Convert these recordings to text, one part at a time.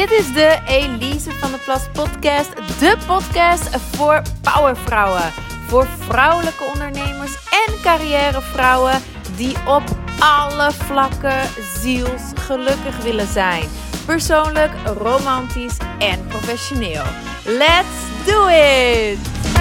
Dit is de Elise van der Plas podcast. De podcast voor powervrouwen. Voor vrouwelijke ondernemers en carrièrevrouwen die op alle vlakken zielsgelukkig willen zijn. Persoonlijk, romantisch en professioneel. Let's do it!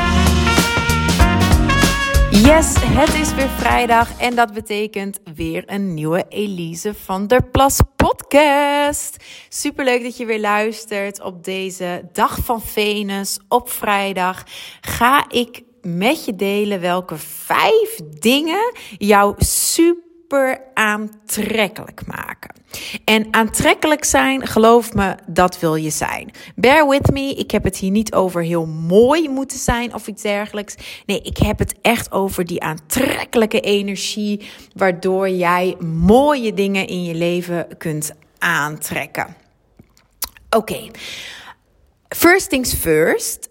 Yes, het is weer vrijdag en dat betekent weer een nieuwe Elise van der Plas podcast. Superleuk dat je weer luistert op deze dag van Venus op vrijdag. Ga ik met je delen welke 5 dingen jou super aantrekkelijk maken. En aantrekkelijk zijn, geloof me, dat wil je zijn. Bear with me, ik heb het hier niet over heel mooi moeten zijn of iets dergelijks. Nee, ik heb het echt over die aantrekkelijke energie, waardoor jij mooie dingen in je leven kunt aantrekken. Oké. First things first,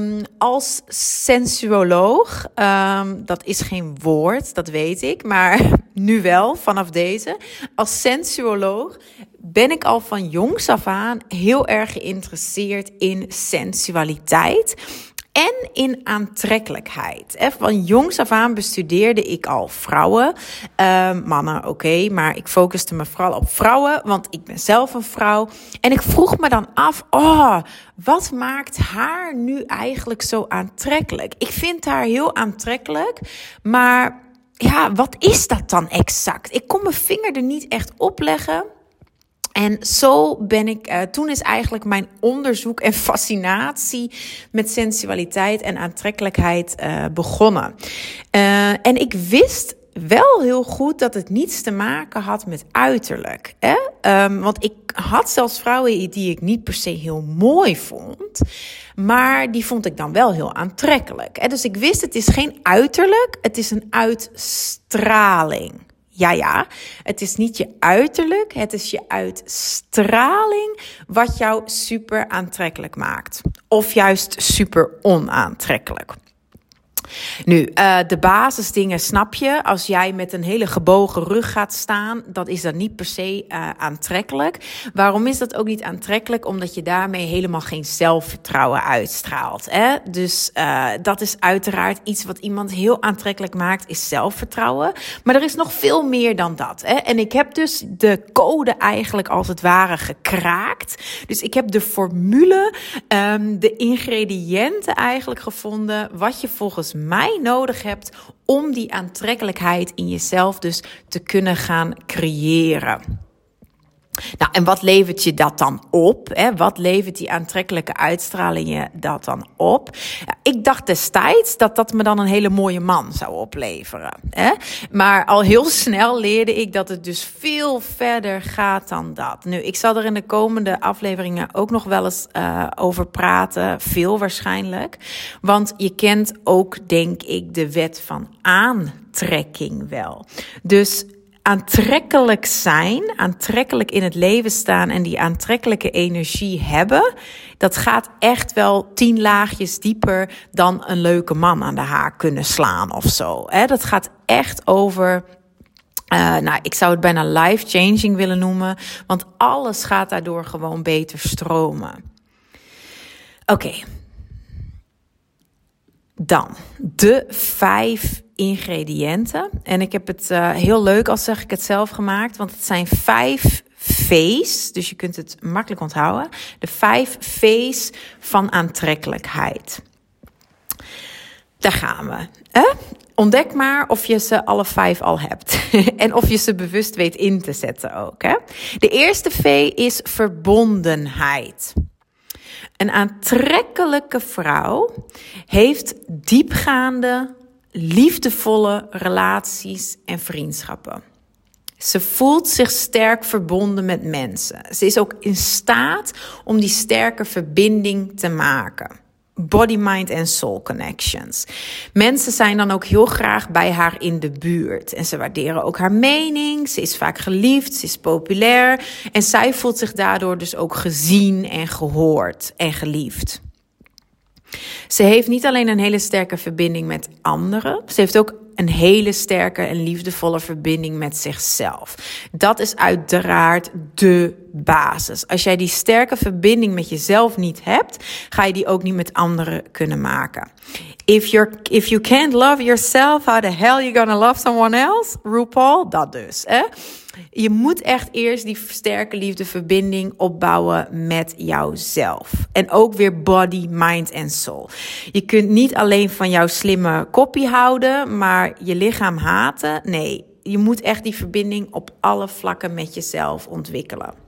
als sensuoloog, dat is geen woord, dat weet ik, maar nu wel, vanaf deze. Als sensuoloog ben ik al van jongs af aan heel erg geïnteresseerd in sensualiteit en in aantrekkelijkheid. Van jongs af aan bestudeerde ik al vrouwen, mannen oké, maar ik focuste me vooral op vrouwen, want ik ben zelf een vrouw. En ik vroeg me dan af, wat maakt haar nu eigenlijk zo aantrekkelijk? Ik vind haar heel aantrekkelijk, maar ja, wat is dat dan exact? Ik kon mijn vinger er niet echt op leggen. En zo ben ik, toen is eigenlijk mijn onderzoek en fascinatie met sensualiteit en aantrekkelijkheid begonnen. En ik wist wel heel goed dat het niets te maken had met uiterlijk. Want ik had zelfs vrouwen die ik niet per se heel mooi vond, maar die vond ik dan wel heel aantrekkelijk. Dus ik wist, het is geen uiterlijk, het is een uitstraling. Ja, het is niet je uiterlijk, het is je uitstraling wat jou super aantrekkelijk maakt. Of juist super onaantrekkelijk. Nu, de basisdingen snap je. Als jij met een hele gebogen rug gaat staan, dat is dan niet per se aantrekkelijk. Waarom is dat ook niet aantrekkelijk? Omdat je daarmee helemaal geen zelfvertrouwen uitstraalt. Dus dat is uiteraard iets wat iemand heel aantrekkelijk maakt, is zelfvertrouwen. Maar er is nog veel meer dan dat. En ik heb dus de code eigenlijk als het ware gekraakt. Dus ik heb de formule, de ingrediënten eigenlijk gevonden, wat je volgens mij nodig hebt om die aantrekkelijkheid in jezelf dus te kunnen gaan creëren. Nou, en wat levert je dat dan op? Wat levert die aantrekkelijke uitstraling je dat dan op? Ja, ik dacht destijds dat me dan een hele mooie man zou opleveren. Maar al heel snel leerde ik dat het dus veel verder gaat dan dat. Nu, ik zal er in de komende afleveringen ook nog wel eens over praten. Veel waarschijnlijk. Want je kent ook, denk ik, de wet van aantrekking wel. Dus aantrekkelijk zijn, aantrekkelijk in het leven staan en die aantrekkelijke energie hebben, dat gaat echt wel 10 laagjes dieper dan een leuke man aan de haak kunnen slaan of zo. Dat gaat echt over, ik zou het bijna life-changing willen noemen, want alles gaat daardoor gewoon beter stromen. Oké. Dan de 5 ingrediënten. En ik heb het heel leuk, als zeg ik het zelf, gemaakt. Want het zijn 5 V's. Dus je kunt het makkelijk onthouden. De 5 V's van aantrekkelijkheid. Daar gaan we. Ontdek maar of je ze alle 5 al hebt. En of je ze bewust weet in te zetten ook. De eerste V is verbondenheid. Een aantrekkelijke vrouw heeft diepgaande, liefdevolle relaties en vriendschappen. Ze voelt zich sterk verbonden met mensen. Ze is ook in staat om die sterke verbinding te maken. Body, mind en soul connections. Mensen zijn dan ook heel graag bij haar in de buurt. En ze waarderen ook haar mening. Ze is vaak geliefd, ze is populair. En zij voelt zich daardoor dus ook gezien en gehoord en geliefd. Ze heeft niet alleen een hele sterke verbinding met anderen. Ze heeft ook een hele sterke en liefdevolle verbinding met zichzelf. Dat is uiteraard de basis. Als jij die sterke verbinding met jezelf niet hebt, ga je die ook niet met anderen kunnen maken. If you can't love yourself, how the hell you gonna love someone else? RuPaul, dat dus. Je moet echt eerst die sterke liefdeverbinding opbouwen met jouzelf. En ook weer body, mind en soul. Je kunt niet alleen van jouw slimme koppie houden, maar je lichaam haten. Nee, je moet echt die verbinding op alle vlakken met jezelf ontwikkelen.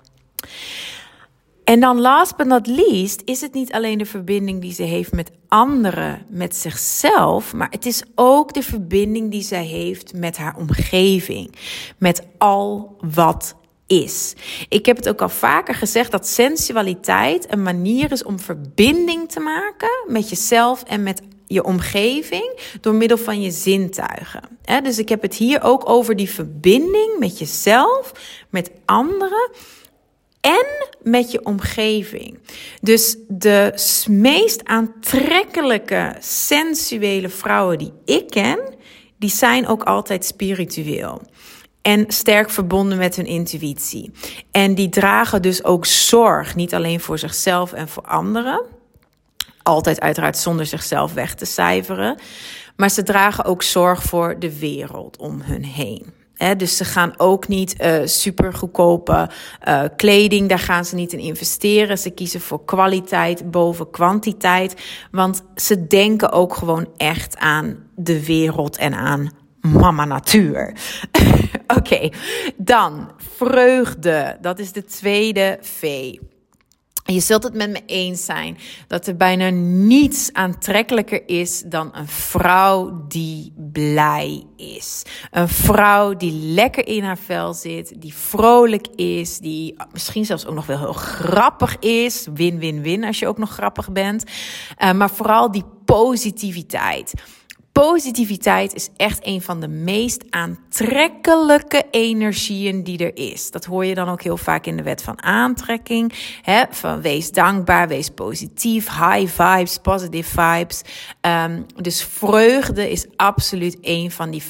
En dan last but not least is het niet alleen de verbinding die ze heeft met anderen, met zichzelf, maar het is ook de verbinding die zij heeft met haar omgeving, met al wat is. Ik heb het ook al vaker gezegd dat sensualiteit een manier is om verbinding te maken met jezelf en met je omgeving door middel van je zintuigen. Dus ik heb het hier ook over die verbinding met jezelf, met anderen en met je omgeving. Dus de meest aantrekkelijke, sensuele vrouwen die ik ken, die zijn ook altijd spiritueel. En sterk verbonden met hun intuïtie. En die dragen dus ook zorg, niet alleen voor zichzelf en voor anderen. Altijd uiteraard zonder zichzelf weg te cijferen. Maar ze dragen ook zorg voor de wereld om hun heen. Dus ze gaan ook niet super goedkope kleding, daar gaan ze niet in investeren. Ze kiezen voor kwaliteit boven kwantiteit. Want ze denken ook gewoon echt aan de wereld en aan mama natuur. Oké, dan vreugde. Dat is de tweede V. Je zult het met me eens zijn dat er bijna niets aantrekkelijker is dan een vrouw die blij is. Een vrouw die lekker in haar vel zit, die vrolijk is, die misschien zelfs ook nog wel heel grappig is. Win-win-win als je ook nog grappig bent. Maar vooral die positiviteit. Positiviteit is echt een van de meest aantrekkelijke energieën die er is. Dat hoor je dan ook heel vaak in de wet van aantrekking. Van wees dankbaar, wees positief, high vibes, positive vibes. Dus vreugde is absoluut een van die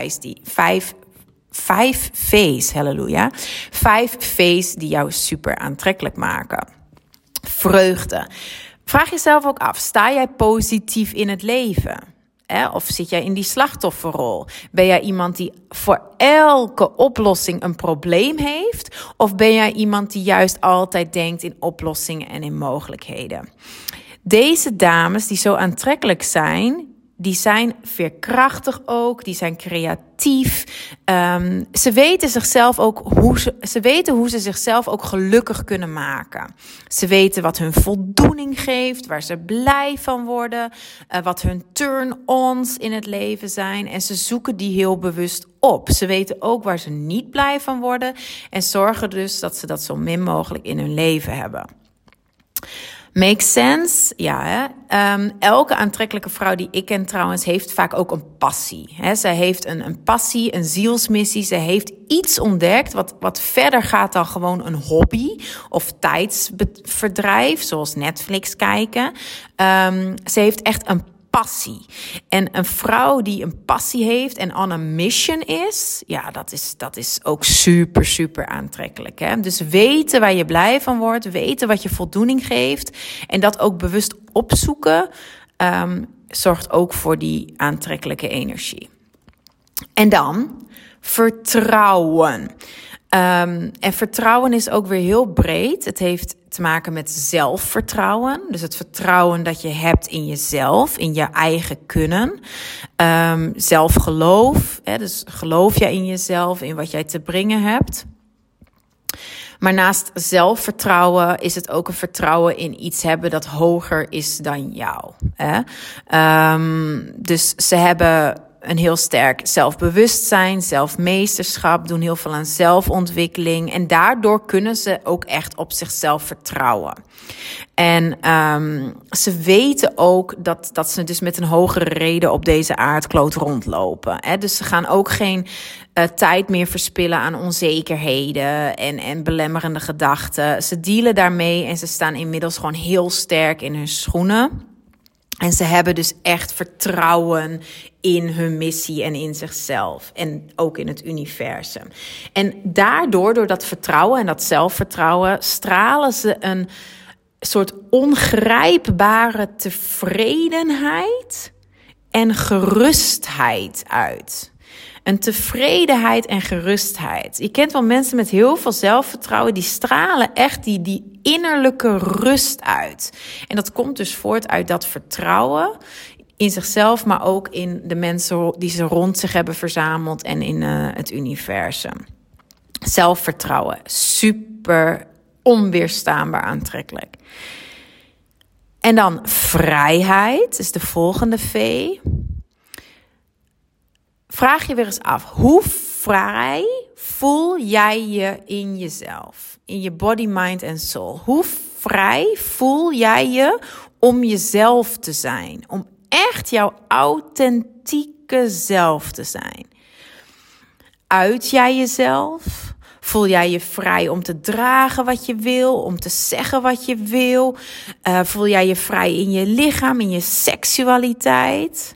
vijf V's, halleluja. 5 V's die jou super aantrekkelijk maken. Vreugde. Vraag jezelf ook af, sta jij positief in het leven? Of zit jij in die slachtofferrol? Ben jij iemand die voor elke oplossing een probleem heeft? Of ben jij iemand die juist altijd denkt in oplossingen en in mogelijkheden? Deze dames die zo aantrekkelijk zijn, die zijn veerkrachtig ook, die zijn creatief. Ze weten zichzelf ook hoe ze zichzelf ook gelukkig kunnen maken. Ze weten wat hun voldoening geeft, waar ze blij van worden, wat hun turn-ons in het leven zijn. En ze zoeken die heel bewust op. Ze weten ook waar ze niet blij van worden en zorgen dus dat ze dat zo min mogelijk in hun leven hebben. Makes sense? Ja, hè? Elke aantrekkelijke vrouw die ik ken trouwens heeft vaak ook een passie. Zij heeft een passie, een zielsmissie. Ze heeft iets ontdekt wat verder gaat dan gewoon een hobby of tijdsverdrijf, zoals Netflix kijken. Ze heeft echt een passie. En een vrouw die een passie heeft en on a mission is, ja, dat is ook super, super aantrekkelijk. Hè? Dus weten waar je blij van wordt, weten wat je voldoening geeft en dat ook bewust opzoeken, zorgt ook voor die aantrekkelijke energie. En dan vertrouwen. En vertrouwen is ook weer heel breed. Het heeft te maken met zelfvertrouwen. Dus het vertrouwen dat je hebt in jezelf, in je eigen kunnen. Zelfgeloof. Dus geloof jij in jezelf, in wat jij te brengen hebt. Maar naast zelfvertrouwen is het ook een vertrouwen in iets hebben dat hoger is dan jou. Dus ze hebben een heel sterk zelfbewustzijn, zelfmeesterschap, doen heel veel aan zelfontwikkeling. En daardoor kunnen ze ook echt op zichzelf vertrouwen. En ze weten ook dat ze dus met een hogere reden op deze aardkloot rondlopen. Dus ze gaan ook geen tijd meer verspillen aan onzekerheden en belemmerende gedachten. Ze dealen daarmee en ze staan inmiddels gewoon heel sterk in hun schoenen. En ze hebben dus echt vertrouwen in hun missie en in zichzelf. En ook in het universum. En daardoor, door dat vertrouwen en dat zelfvertrouwen, stralen ze een soort ongrijpbare tevredenheid en gerustheid uit. Een tevredenheid en gerustheid. Je kent wel mensen met heel veel zelfvertrouwen, die stralen echt die innerlijke rust uit. En dat komt dus voort uit dat vertrouwen in zichzelf, maar ook in de mensen die ze rond zich hebben verzameld en in het universum. Zelfvertrouwen, super onweerstaanbaar aantrekkelijk. En dan vrijheid is de volgende V. Vraag je weer eens af, hoe vrij voel jij je in jezelf? In je body, mind en soul. Hoe vrij voel jij je om jezelf te zijn? Om echt jouw authentieke zelf te zijn. Uit jij jezelf? Voel jij je vrij om te dragen wat je wil, om te zeggen wat je wil? Voel jij je vrij in je lichaam, in je seksualiteit?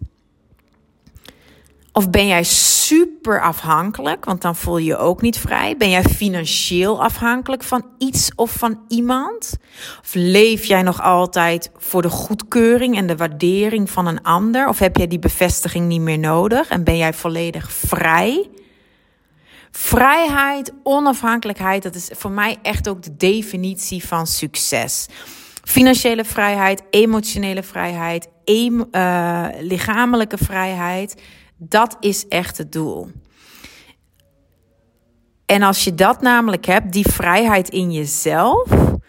Of ben jij super afhankelijk, want dan voel je je ook niet vrij? Ben jij financieel afhankelijk van iets of van iemand? Of leef jij nog altijd voor de goedkeuring en de waardering van een ander? Of heb jij die bevestiging niet meer nodig en ben jij volledig vrij? Vrijheid, onafhankelijkheid, dat is voor mij echt ook de definitie van succes. Financiële vrijheid, emotionele vrijheid, lichamelijke vrijheid. Dat is echt het doel. En als je dat namelijk hebt, die vrijheid in jezelf,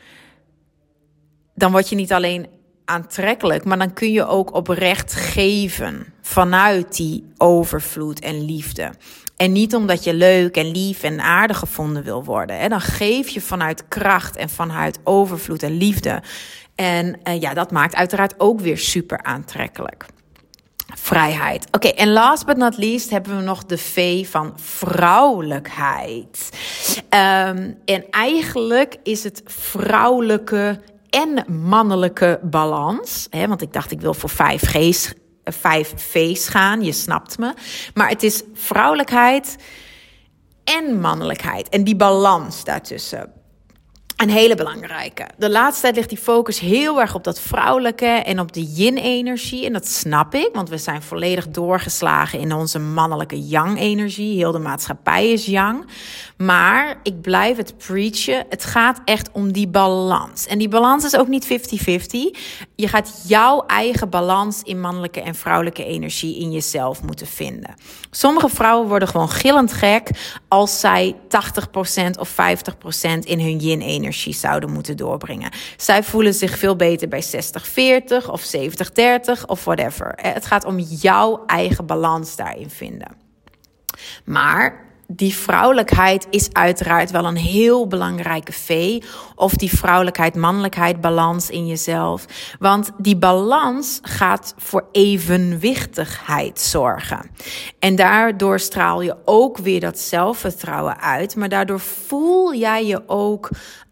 dan word je niet alleen aantrekkelijk, maar dan kun je ook oprecht geven vanuit die overvloed en liefde. En niet omdat je leuk en lief en aardig gevonden wil worden. Dan geef je vanuit kracht en vanuit overvloed en liefde. En dat maakt uiteraard ook weer super aantrekkelijk. Vrijheid. Oké, en last but not least hebben we nog de V van vrouwelijkheid. En eigenlijk is het vrouwelijke en mannelijke balans. Want ik dacht, ik wil voor 5 V's gaan, je snapt me. Maar het is vrouwelijkheid en mannelijkheid. En die balans daartussen. Een hele belangrijke. De laatste tijd ligt die focus heel erg op dat vrouwelijke en op de yin-energie. En dat snap ik, want we zijn volledig doorgeslagen in onze mannelijke yang-energie. Heel de maatschappij is yang. Maar ik blijf het preachen. Het gaat echt om die balans. En die balans is ook niet 50-50. Je gaat jouw eigen balans in mannelijke en vrouwelijke energie in jezelf moeten vinden. Sommige vrouwen worden gewoon gillend gek als zij 80% of 50% in hun yin-energie zouden moeten doorbrengen. Zij voelen zich veel beter bij 60-40 of 70-30 of whatever. Het gaat om jouw eigen balans daarin vinden. Maar die vrouwelijkheid is uiteraard wel een heel belangrijke V. Of die vrouwelijkheid-mannelijkheid balans in jezelf. Want die balans gaat voor evenwichtigheid zorgen. En daardoor straal je ook weer dat zelfvertrouwen uit. Maar daardoor voel jij je ook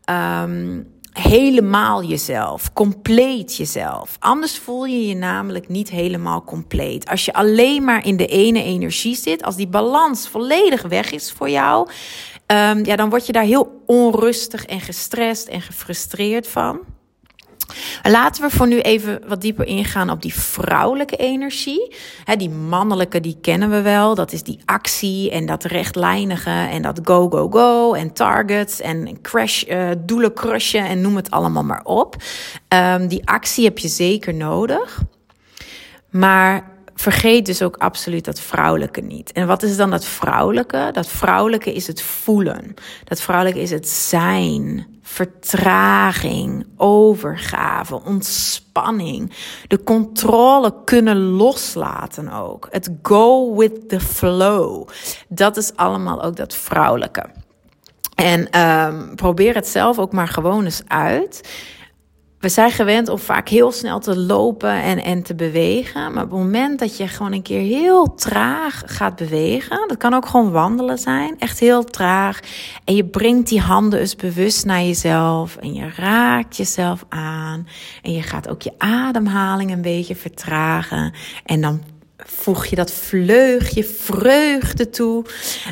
helemaal jezelf, compleet jezelf. Anders voel je je namelijk niet helemaal compleet. Als je alleen maar in de ene energie zit, als die balans volledig weg is voor jou, dan word je daar heel onrustig en gestrest en gefrustreerd van. Laten we voor nu even wat dieper ingaan op die vrouwelijke energie. Die mannelijke, die kennen we wel. Dat is die actie en dat rechtlijnige en dat go, go, go en targets en doelen crushen en noem het allemaal maar op. Die actie heb je zeker nodig. Maar vergeet dus ook absoluut dat vrouwelijke niet. En wat is dan dat vrouwelijke? Dat vrouwelijke is het voelen. Dat vrouwelijke is het zijn, vertraging, overgave, ontspanning. De controle kunnen loslaten ook. Het go with the flow. Dat is allemaal ook dat vrouwelijke. En probeer het zelf ook maar gewoon eens uit. We zijn gewend om vaak heel snel te lopen en te bewegen. Maar op het moment dat je gewoon een keer heel traag gaat bewegen. Dat kan ook gewoon wandelen zijn. Echt heel traag. En je brengt die handen eens bewust naar jezelf. En je raakt jezelf aan. En je gaat ook je ademhaling een beetje vertragen. En dan voeg je dat vleugje vreugde toe.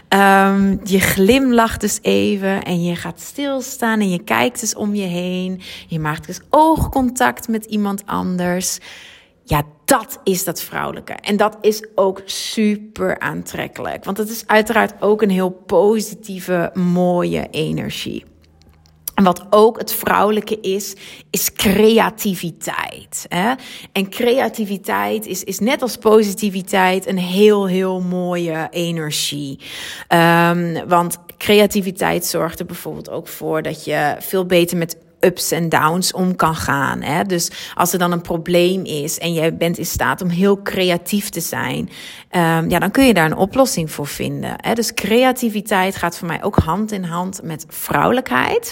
Je glimlacht dus even en je gaat stilstaan en je kijkt dus om je heen. Je maakt dus oogcontact met iemand anders. Ja, dat is dat vrouwelijke. En dat is ook super aantrekkelijk. Want het is uiteraard ook een heel positieve, mooie energie. En wat ook het vrouwelijke is creativiteit. Hè? En creativiteit is net als positiviteit een heel mooie energie. Want creativiteit zorgt er bijvoorbeeld ook voor dat je veel beter met ups en downs om kan gaan. Hè? Dus als er dan een probleem is en jij bent in staat om heel creatief te zijn, dan kun je daar een oplossing voor vinden. Hè? Dus creativiteit gaat voor mij ook hand in hand met vrouwelijkheid.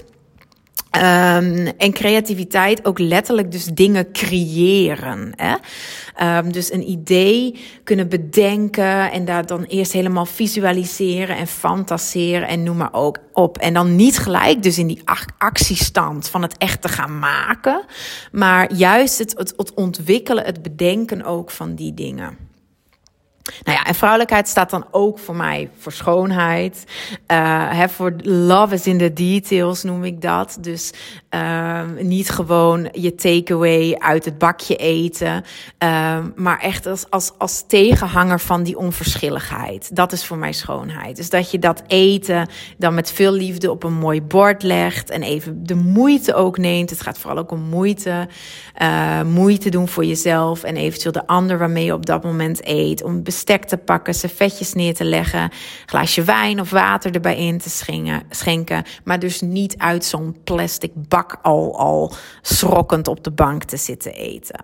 En creativiteit ook letterlijk dus dingen creëren. Hè? Dus een idee kunnen bedenken en daar dan eerst helemaal visualiseren en fantaseren en noem maar ook op. En dan niet gelijk dus in die actiestand van het echt te gaan maken. Maar juist het ontwikkelen, het bedenken ook van die dingen. Nou ja, en vrouwelijkheid staat dan ook voor mij voor schoonheid. Voor love is in the details noem ik dat. Dus niet gewoon je takeaway uit het bakje eten. Maar echt als tegenhanger van die onverschilligheid. Dat is voor mij schoonheid. Dus dat je dat eten dan met veel liefde op een mooi bord legt. En even de moeite ook neemt. Het gaat vooral ook om moeite. Moeite doen voor jezelf. En eventueel de ander waarmee je op dat moment eet. Om bestek te pakken, servetjes neer te leggen, glaasje wijn of water erbij in te schenken, maar dus niet uit zo'n plastic bak al schrokkend op de bank te zitten eten.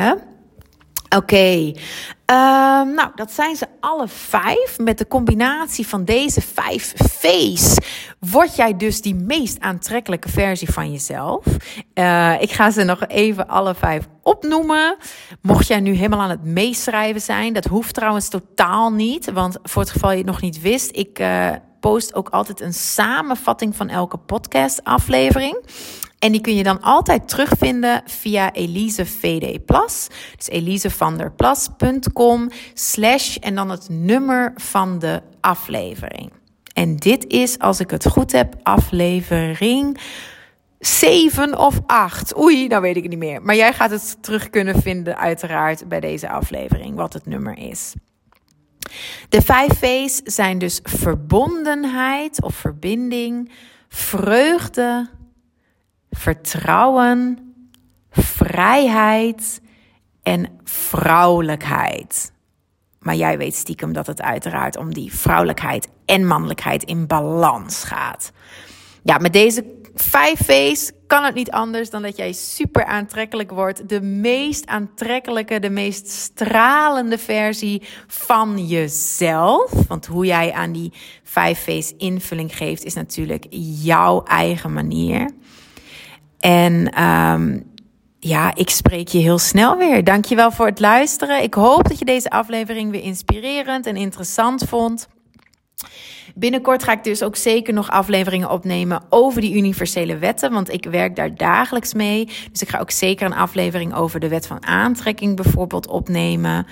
Oké. Nou, dat zijn ze alle 5. Met de combinatie van deze 5 V's word jij dus die meest aantrekkelijke versie van jezelf. Ik ga ze nog even alle 5 opnoemen. Mocht jij nu helemaal aan het meeschrijven zijn, dat hoeft trouwens totaal niet. Want voor het geval je het nog niet wist, ik post ook altijd een samenvatting van elke podcastaflevering. En die kun je dan altijd terugvinden via Elise VD Plas. Dus elisevanderplas.com/ en dan het nummer van de aflevering. En dit is, als ik het goed heb, aflevering 7 of 8. Oei, nou weet ik het niet meer. Maar jij gaat het terug kunnen vinden uiteraard bij deze aflevering, wat het nummer is. De 5 V's zijn dus verbondenheid of verbinding, vreugde, vertrouwen, vrijheid en vrouwelijkheid. Maar jij weet stiekem dat het uiteraard om die vrouwelijkheid en mannelijkheid in balans gaat. Ja, met deze 5 V's kan het niet anders dan dat jij super aantrekkelijk wordt. De meest aantrekkelijke, de meest stralende versie van jezelf. Want hoe jij aan die 5 V's invulling geeft is natuurlijk jouw eigen manier. En ik spreek je heel snel weer. Dankjewel voor het luisteren. Ik hoop dat je deze aflevering weer inspirerend en interessant vond. Binnenkort ga ik dus ook zeker nog afleveringen opnemen over die universele wetten, want ik werk daar dagelijks mee. Dus ik ga ook zeker een aflevering over de wet van aantrekking bijvoorbeeld opnemen.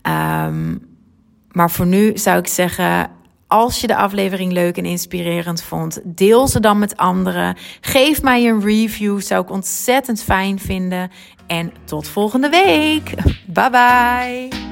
Maar voor nu zou ik zeggen, als je de aflevering leuk en inspirerend vond, deel ze dan met anderen. Geef mij een review, zou ik ontzettend fijn vinden. En tot volgende week. Bye bye.